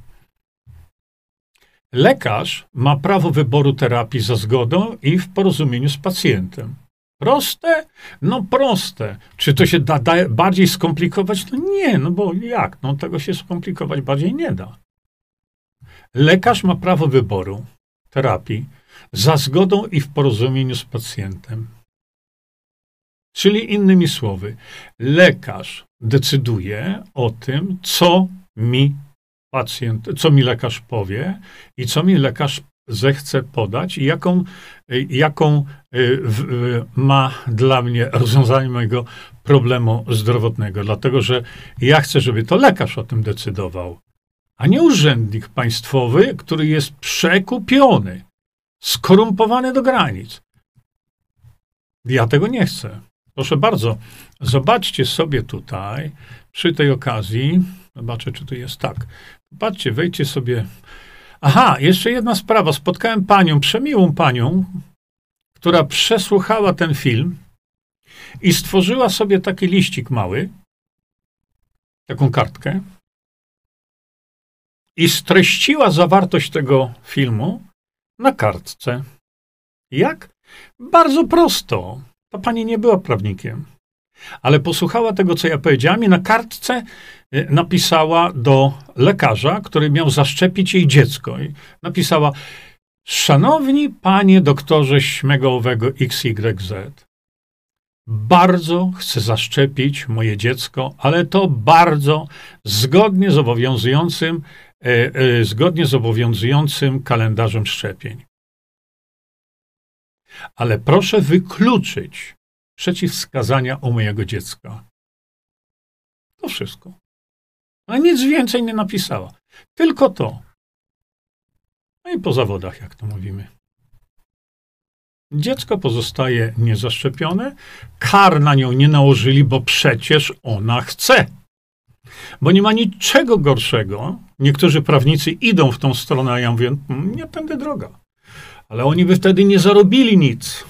Lekarz ma prawo wyboru terapii za zgodą i w porozumieniu z pacjentem. Proste? No proste. Czy to się da, da bardziej skomplikować? No nie, no bo jak? No tego się skomplikować bardziej nie da. Lekarz ma prawo wyboru terapii za zgodą i w porozumieniu z pacjentem. Czyli innymi słowy, lekarz decyduje o tym, co mi pacjent, co mi lekarz powie i co mi lekarz zechce podać i jaką, jaką ma dla mnie rozwiązanie mojego problemu zdrowotnego. Dlatego, że ja chcę, żeby to lekarz o tym decydował, a nie urzędnik państwowy, który jest przekupiony, skorumpowany do granic. Ja tego nie chcę. Proszę bardzo, zobaczcie sobie tutaj, przy tej okazji, zobaczę, czy tu jest tak. Patrzcie, wejdźcie sobie. Aha, jeszcze jedna sprawa. Spotkałem panią, przemiłą panią, która przesłuchała ten film i stworzyła sobie taki liścik mały, taką kartkę i streściła zawartość tego filmu na kartce. Jak? Bardzo prosto. Ta pani nie była prawnikiem, ale posłuchała tego, co ja powiedziałem i na kartce napisała do lekarza, który miał zaszczepić jej dziecko. I napisała: szanowni panie doktorze śmigłowego X Y Z, bardzo chcę zaszczepić moje dziecko, ale to bardzo zgodnie z obowiązującym, e, e, zgodnie z obowiązującym kalendarzem szczepień. Ale proszę wykluczyć przeciwwskazania u mojego dziecka. To wszystko. Ale nic więcej nie napisała. Tylko to. No i po zawodach, jak to mówimy. Dziecko pozostaje niezaszczepione, kar na nią nie nałożyli, bo przecież ona chce. Bo nie ma niczego gorszego. Niektórzy prawnicy idą w tą stronę, a ja mówię, nie tędy droga. Ale oni by wtedy nie zarobili nic.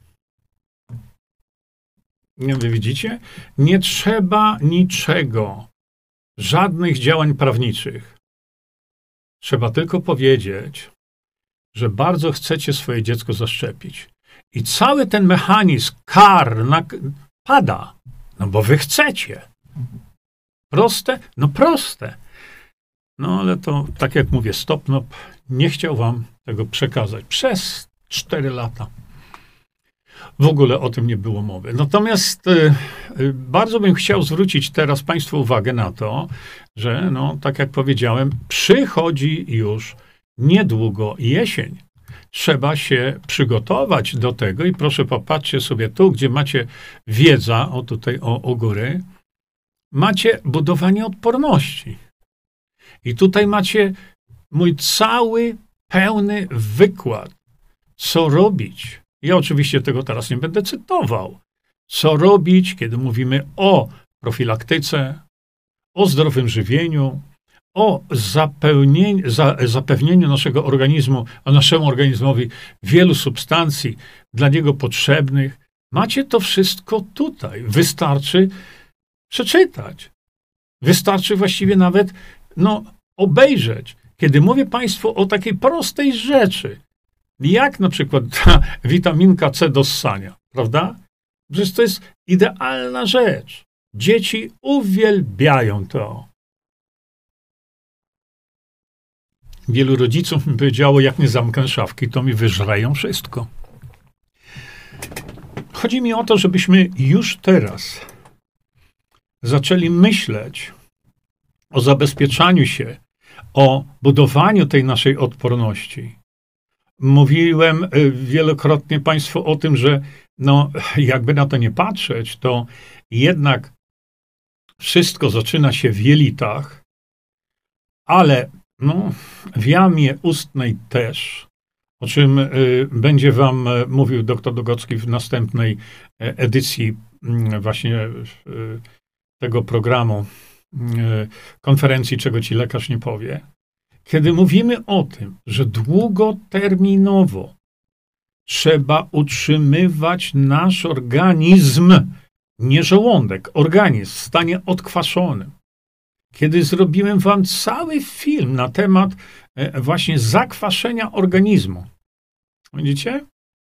Nie, wy widzicie? Nie trzeba niczego. Żadnych działań prawniczych. Trzeba tylko powiedzieć, że bardzo chcecie swoje dziecko zaszczepić. I cały ten mechanizm kar na, pada. No bo wy chcecie. Proste? No proste. No ale to, tak jak mówię, Stopnop nie chciał wam tego przekazać. Przez cztery lata. W ogóle o tym nie było mowy. Natomiast y, y, bardzo bym chciał zwrócić teraz państwu uwagę na to, że, no, tak jak powiedziałem, przychodzi już niedługo jesień. Trzeba się przygotować do tego i proszę popatrzcie sobie tu, gdzie macie wiedza, o tutaj, o, o góry, macie budowanie odporności. I tutaj macie mój cały, pełny wykład, co robić. Ja oczywiście tego teraz nie będę cytował. Co robić, kiedy mówimy o profilaktyce, o zdrowym żywieniu, o zapełnieniu, za, zapewnieniu naszego organizmu, a naszemu organizmowi wielu substancji dla niego potrzebnych. Macie to wszystko tutaj. Wystarczy przeczytać. Wystarczy właściwie nawet no, obejrzeć. Kiedy mówię państwu o takiej prostej rzeczy, jak na przykład ta witaminka C do ssania, prawda? Przecież to jest idealna rzecz. Dzieci uwielbiają to. Wielu rodziców mi powiedziało, jak nie zamknę szafki, to mi wyżreją wszystko. Chodzi mi o to, żebyśmy już teraz zaczęli myśleć o zabezpieczaniu się, o budowaniu tej naszej odporności. Mówiłem wielokrotnie Państwu o tym, że no, jakby na to nie patrzeć, to jednak wszystko zaczyna się w jelitach, ale no, w jamie ustnej też, o czym y, będzie Wam mówił dr Dogocki w następnej edycji y, właśnie y, tego programu y, konferencji, czego Ci lekarz nie powie. Kiedy mówimy o tym, że długoterminowo trzeba utrzymywać nasz organizm, nie żołądek, organizm w stanie odkwaszonym. Kiedy zrobiłem Wam cały film na temat właśnie zakwaszenia organizmu. Widzicie?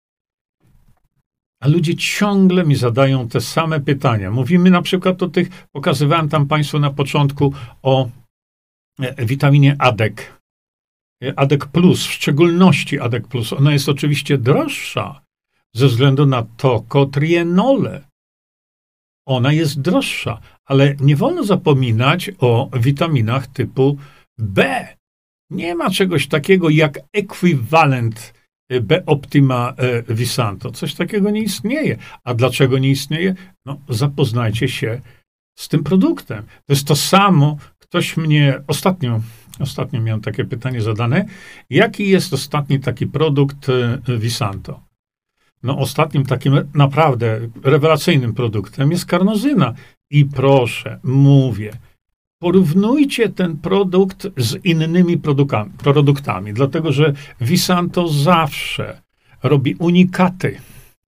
A ludzie ciągle mi zadają te same pytania. Mówimy na przykład o tych, pokazywałem tam Państwu na początku o witaminie A D E K. A D E K plus, w szczególności A D E K plus. Ona jest oczywiście droższa ze względu na tokotrienole. Ona jest droższa, ale nie wolno zapominać o witaminach typu B. Nie ma czegoś takiego jak ekwiwalent B Optima Visanto. Coś takiego nie istnieje. A dlaczego nie istnieje? No, zapoznajcie się z tym produktem. To jest to samo. Ktoś mnie ostatnio, ostatnio miałem takie pytanie zadane. Jaki jest ostatni taki produkt Visanto? No, ostatnim takim naprawdę rewelacyjnym produktem jest karnozyna. I proszę, mówię, porównujcie ten produkt z innymi produktami, produktami, dlatego że Visanto zawsze robi unikaty.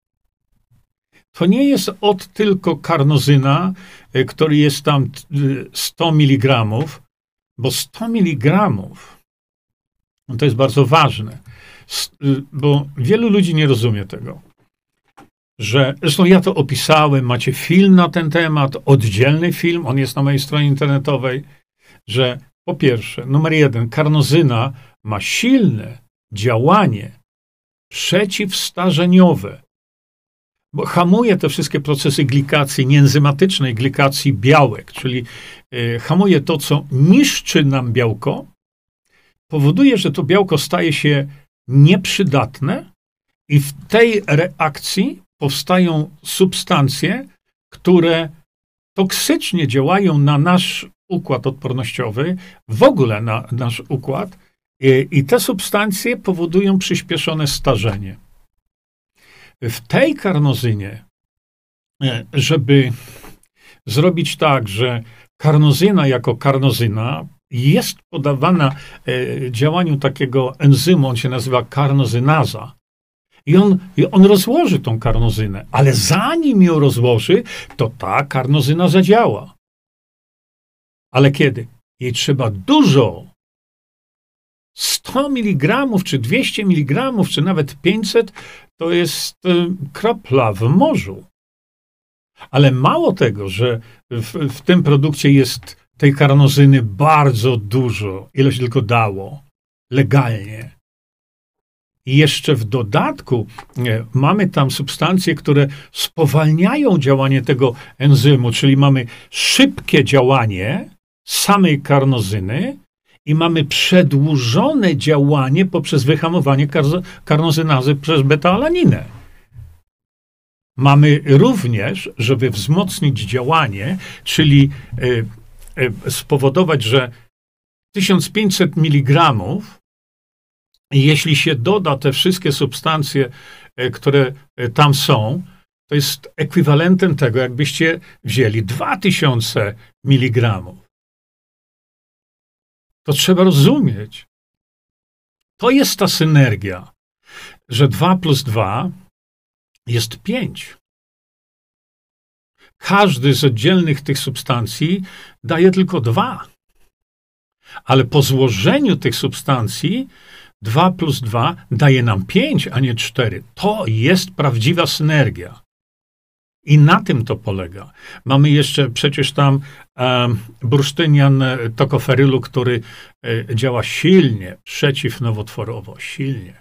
To nie jest od tylko karnozyna, który jest tam sto miligramów, bo sto miligramów, no to jest bardzo ważne, bo wielu ludzi nie rozumie tego, że, zresztą ja to opisałem, macie film na ten temat, oddzielny film, on jest na mojej stronie internetowej, że po pierwsze, numer jeden, karnozyna ma silne działanie przeciwstarzeniowe, bo hamuje te wszystkie procesy glikacji, nieenzymatycznej glikacji białek, czyli y, hamuje to, co niszczy nam białko, powoduje, że to białko staje się nieprzydatne i w tej reakcji powstają substancje, które toksycznie działają na nasz układ odpornościowy, w ogóle na nasz układ, i, i te substancje powodują przyspieszone starzenie. W tej karnozynie, żeby zrobić tak, że karnozyna jako karnozyna jest podawana działaniu takiego enzymu, on się nazywa karnozynaza. I on, I on rozłoży tą karnozynę, ale zanim ją rozłoży, to ta karnozyna zadziała. Ale kiedy? Jej trzeba dużo. sto miligramów, czy dwieście miligramów, czy nawet pięćset, to jest y, kropla w morzu. Ale mało tego, że w, w tym produkcie jest tej karnozyny bardzo dużo, ile się tylko dało, legalnie. I jeszcze w dodatku nie, mamy tam substancje, które spowalniają działanie tego enzymu, czyli mamy szybkie działanie samej karnozyny i mamy przedłużone działanie poprzez wyhamowanie kar- karnozynazy przez beta-alaninę. Mamy również, żeby wzmocnić działanie, czyli y, y, spowodować, że tysiąc pięćset miligramów, jeśli się doda te wszystkie substancje, które tam są, to jest ekwiwalentem tego, jakbyście wzięli dwa tysiące miligramów. To trzeba rozumieć. To jest ta synergia, że dwa plus dwa jest pięć. Każdy z oddzielnych tych substancji daje tylko dwa. Ale po złożeniu tych substancji dwa plus dwa daje nam pięć, a nie cztery. To jest prawdziwa synergia. I na tym to polega. Mamy jeszcze przecież tam e, bursztynian tokoferylu, który e, działa silnie przeciwnowotworowo, silnie.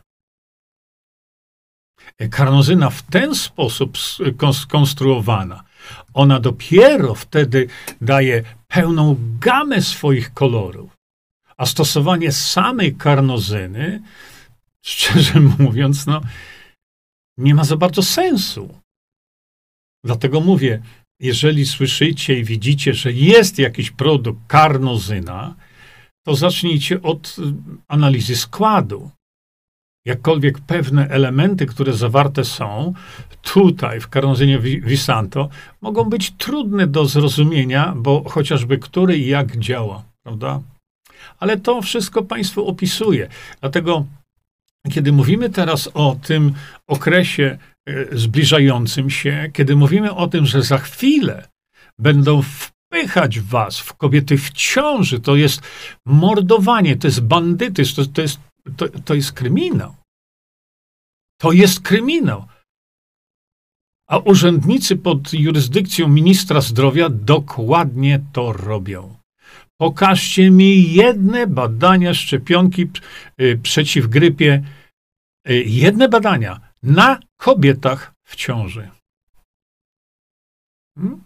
Karnozyna w ten sposób skonstruowana, ona dopiero wtedy daje pełną gamę swoich kolorów. A stosowanie samej karnozyny, szczerze mówiąc, no, nie ma za bardzo sensu. Dlatego mówię, jeżeli słyszycie i widzicie, że jest jakiś produkt karnozyna, to zacznijcie od analizy składu. Jakkolwiek pewne elementy, które zawarte są tutaj w karnozynie Visanto, mogą być trudne do zrozumienia, bo chociażby który i jak działa, prawda? Ale to wszystko Państwu opisuję. Dlatego, kiedy mówimy teraz o tym okresie zbliżającym się, kiedy mówimy o tym, że za chwilę będą wpychać was w kobiety w ciąży, to jest mordowanie, to jest bandytyzm, to, to, jest, to, to jest kryminał. To jest kryminał. A urzędnicy pod jurysdykcją ministra zdrowia dokładnie to robią. Pokażcie mi jedne badania szczepionki y, przeciw grypie, y, jedne badania na kobietach w ciąży. Hmm?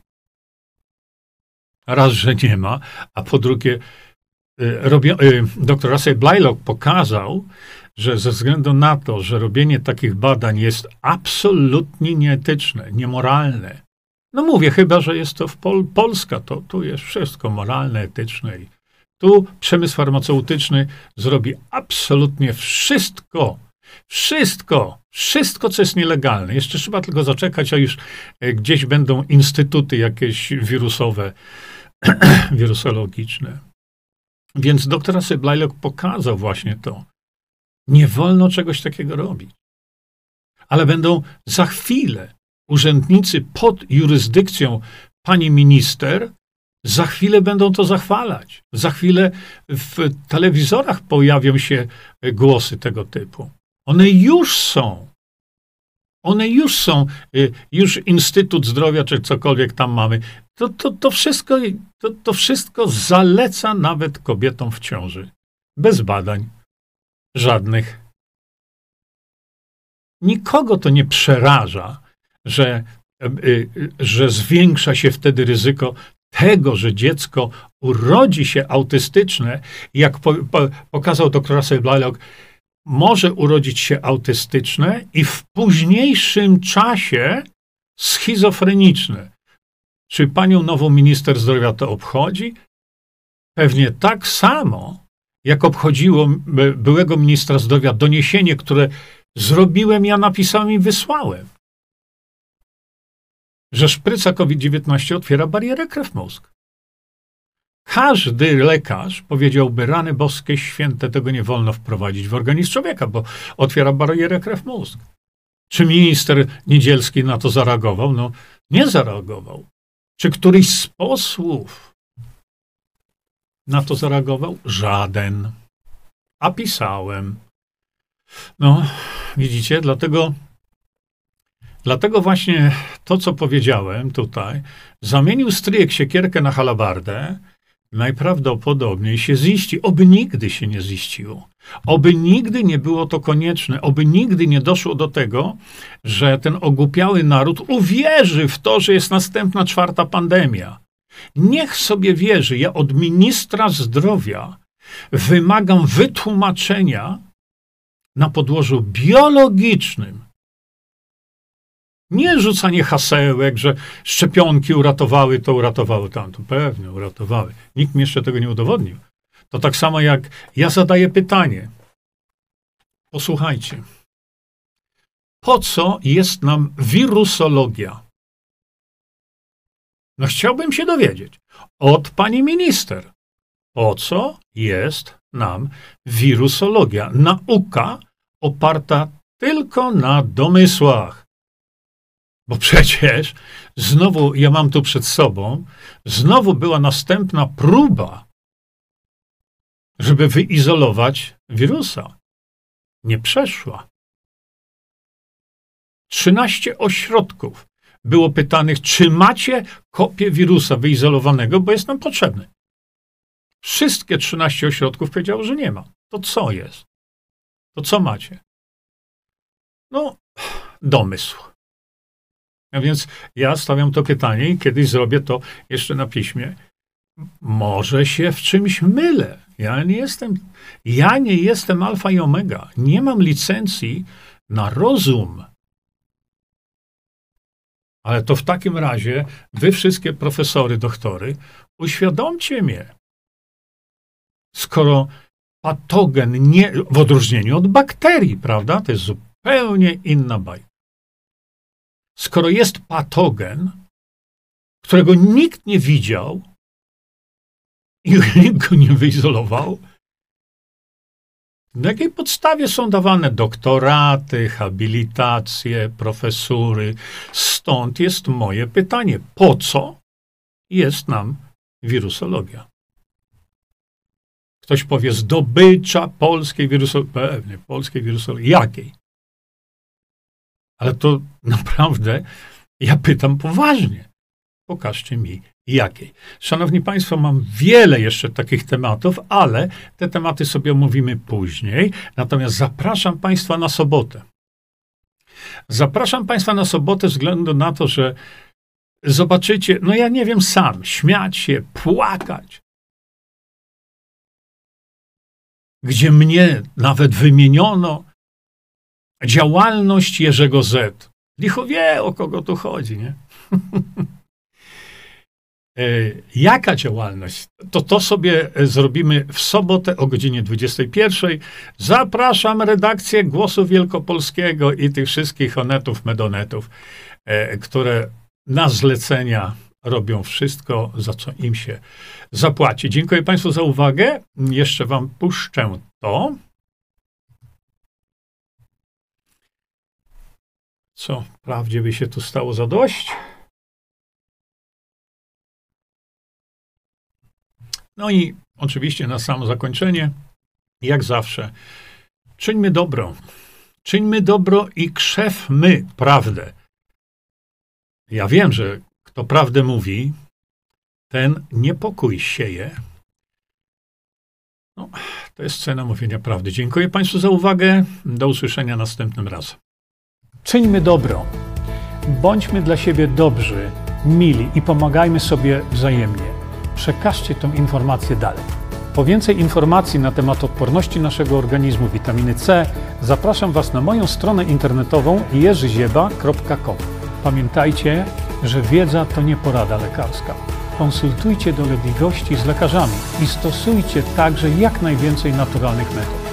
Raz, że nie ma, a po drugie, y, robią, y, dr Russell Blaylock pokazał, że ze względu na to, że robienie takich badań jest absolutnie nieetyczne, niemoralne. No mówię, chyba że jest to w Pol Polska, to tu jest wszystko moralne, etyczne. I tu przemysł farmaceutyczny zrobi absolutnie wszystko, wszystko, wszystko, co jest nielegalne. Jeszcze trzeba tylko zaczekać, a już gdzieś będą instytuty jakieś wirusowe, wirusologiczne. Więc doktor Russell Blaylock pokazał właśnie to. Nie wolno czegoś takiego robić. Ale będą za chwilę urzędnicy pod jurysdykcją pani minister, za chwilę będą to zachwalać. Za chwilę w telewizorach pojawią się głosy tego typu. One już są. One już są. Już Instytut Zdrowia, czy cokolwiek tam mamy. To, to, to, wszystko, to, to wszystko zaleca nawet kobietom w ciąży. Bez badań. Żadnych. Nikogo to nie przeraża, że, że zwiększa się wtedy ryzyko tego, że dziecko urodzi się autystyczne. Jak po, po, pokazał dr Russell Blaylock, może urodzić się autystyczne i w późniejszym czasie schizofreniczne. Czy panią nową minister zdrowia to obchodzi? Pewnie tak samo, jak obchodziło byłego ministra zdrowia doniesienie, które zrobiłem, ja napisałem i wysłałem, że szpryca COVID dziewiętnaście otwiera barierę krew-mózg. Każdy lekarz powiedziałby, rany boskie święte, tego nie wolno wprowadzić w organizm człowieka, bo otwiera barierę krew-mózg. Czy minister Niedzielski na to zareagował? No, nie zareagował. Czy któryś z posłów na to zareagował? Żaden. A pisałem. No, widzicie, dlatego, dlatego właśnie to, co powiedziałem tutaj, zamienił stryjek siekierkę na halabardę, najprawdopodobniej się ziści. Oby nigdy się nie ziściło. Oby nigdy nie było to konieczne. Oby nigdy nie doszło do tego, że ten ogłupiały naród uwierzy w to, że jest następna czwarta pandemia. Niech sobie wierzy. Ja od ministra zdrowia wymagam wytłumaczenia na podłożu biologicznym. Nie rzucanie hasełek, że szczepionki uratowały to, uratowały tamto. Pewnie uratowały. Nikt mi jeszcze tego nie udowodnił. To tak samo jak ja zadaję pytanie. Posłuchajcie. Po co jest nam wirusologia? No chciałbym się dowiedzieć. Od pani minister. Po co jest nam wirusologia? Nauka oparta tylko na domysłach. Bo przecież znowu, ja mam tu przed sobą, znowu była następna próba, żeby wyizolować wirusa. Nie przeszła. trzynaście ośrodków było pytanych, czy macie kopię wirusa wyizolowanego, bo jest nam potrzebny. Wszystkie trzynaście ośrodków powiedziało, że nie ma. To co jest? To co macie? No, domysł. A więc ja stawiam to pytanie i kiedyś zrobię to jeszcze na piśmie. Może się w czymś mylę. Ja nie jestem, ja nie jestem alfa i omega. Nie mam licencji na rozum. Ale to w takim razie wy wszystkie profesory, doktory, uświadomcie mnie. Skoro patogen nie, w odróżnieniu od bakterii, prawda? To jest zupełnie inna bajka. Skoro jest patogen, którego nikt nie widział i nikt go nie wyizolował, na jakiej podstawie są dawane doktoraty, habilitacje, profesury? Stąd jest moje pytanie. Po co jest nam wirusologia? Ktoś powie zdobycza polskiej wirusologii. Pewnie, polskiej wirusologii. Jakiej? Ale to naprawdę, ja pytam poważnie. Pokażcie mi jakiej. Szanowni Państwo, mam wiele jeszcze takich tematów, ale te tematy sobie omówimy później. Natomiast zapraszam Państwa na sobotę. Zapraszam Państwa na sobotę ze względu na to, że zobaczycie, no ja nie wiem sam, śmiać się, płakać. Gdzie mnie nawet wymieniono działalność Jerzego Z. Licho wie, o kogo tu chodzi, nie? Jaka działalność? To to sobie zrobimy w sobotę o godzinie dwudziestej pierwszej. Zapraszam redakcję Głosu Wielkopolskiego i tych wszystkich onetów, medonetów, które na zlecenia robią wszystko, za co im się zapłaci. Dziękuję Państwu za uwagę. Jeszcze Wam puszczę to. Co wprawdzie by się tu stało zadość? No i oczywiście na samo zakończenie, jak zawsze, czyńmy dobro. Czyńmy dobro i krzewmy prawdę. Ja wiem, że kto prawdę mówi, ten niepokój sieje. No, to jest cena mówienia prawdy. Dziękuję Państwu za uwagę. Do usłyszenia następnym razem. Czyńmy dobro. Bądźmy dla siebie dobrzy, mili i pomagajmy sobie wzajemnie. Przekażcie tę informację dalej. Po więcej informacji na temat odporności naszego organizmu witaminy C zapraszam Was na moją stronę internetową jerzyzieba kropka com. Pamiętajcie, że wiedza to nie porada lekarska. Konsultujcie dolegliwości z lekarzami i stosujcie także jak najwięcej naturalnych metod.